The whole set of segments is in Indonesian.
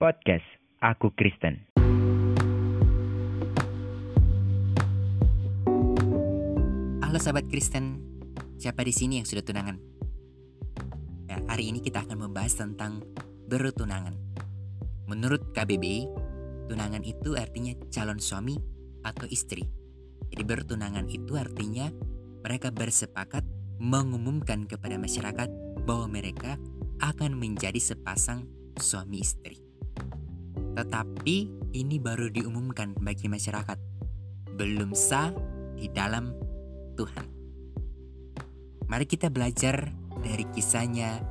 Podcast Aku Kristen. Halo sahabat Kristen, siapa di sini yang sudah tunangan? Ya, hari ini kita akan membahas tentang bertunangan. Menurut KBBI, tunangan itu artinya calon suami atau istri. Jadi bertunangan itu artinya mereka bersepakat mengumumkan kepada masyarakat bahwa mereka akan menjadi sepasang suami istri. Tetapi ini baru diumumkan bagi masyarakat, belum sah di dalam Tuhan. Mari kita belajar dari kisahnya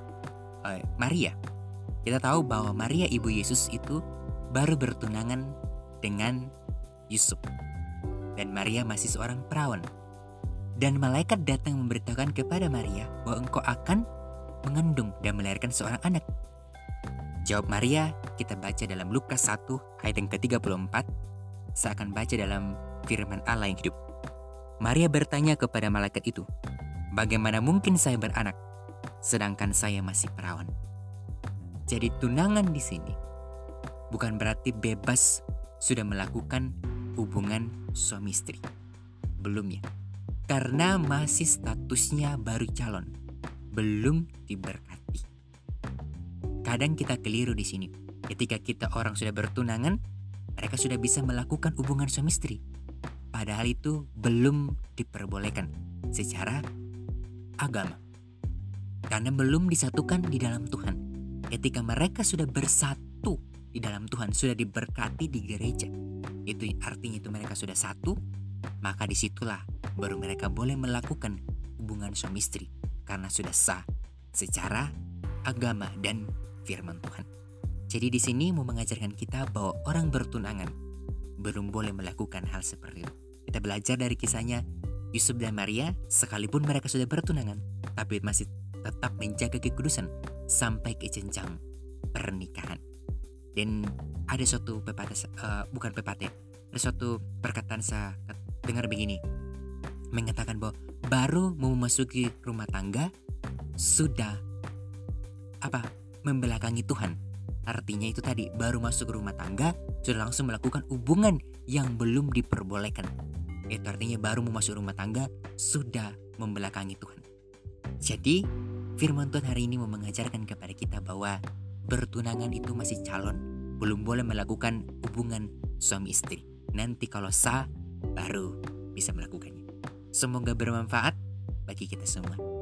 Maria. Kita tahu bahwa Maria ibu Yesus itu baru bertunangan dengan Yusuf. Dan Maria masih seorang perawan. Dan malaikat datang memberitahukan kepada Maria bahwa engkau akan mengandung dan melahirkan seorang anak. Jawab Maria kita baca dalam Lukas 1 ayat yang ke-34. Saya akan baca dalam firman Allah yang hidup. Maria bertanya kepada malaikat itu, bagaimana mungkin saya beranak, sedangkan saya masih perawan? Jadi tunangan di sini bukan berarti bebas sudah melakukan hubungan suami istri. Belum ya. Karena masih statusnya baru calon, belum diberkati. Kadang kita keliru di sini. Ketika kita orang sudah bertunangan, mereka sudah bisa melakukan hubungan suami istri. Padahal itu belum diperbolehkan secara agama. Karena belum disatukan di dalam Tuhan. Ketika mereka sudah bersatu di dalam Tuhan, sudah diberkati di gereja, itu artinya itu mereka sudah satu, maka disitulah baru mereka boleh melakukan hubungan suami istri. Karena sudah sah secara agama dan firman Tuhan. Jadi di sini mau mengajarkan kita bahwa orang bertunangan belum boleh melakukan hal seperti itu. Kita belajar dari kisahnya Yusuf dan Maria, sekalipun mereka sudah bertunangan, tapi masih tetap menjaga kekudusan sampai ke jenjang pernikahan. Dan ada suatu ada suatu perkataan saya dengar begini, mengatakan bahwa baru mau memasuki rumah tangga sudah membelakangi Tuhan. Artinya itu tadi, baru masuk rumah tangga sudah langsung melakukan hubungan yang belum diperbolehkan. Itu artinya baru mau masuk rumah tangga sudah membelakangi Tuhan. Jadi firman Tuhan hari ini mau mengajarkan kepada kita bahwa bertunangan itu masih calon, belum boleh melakukan hubungan suami istri. Nanti kalau sah baru bisa melakukannya. Semoga bermanfaat bagi kita semua.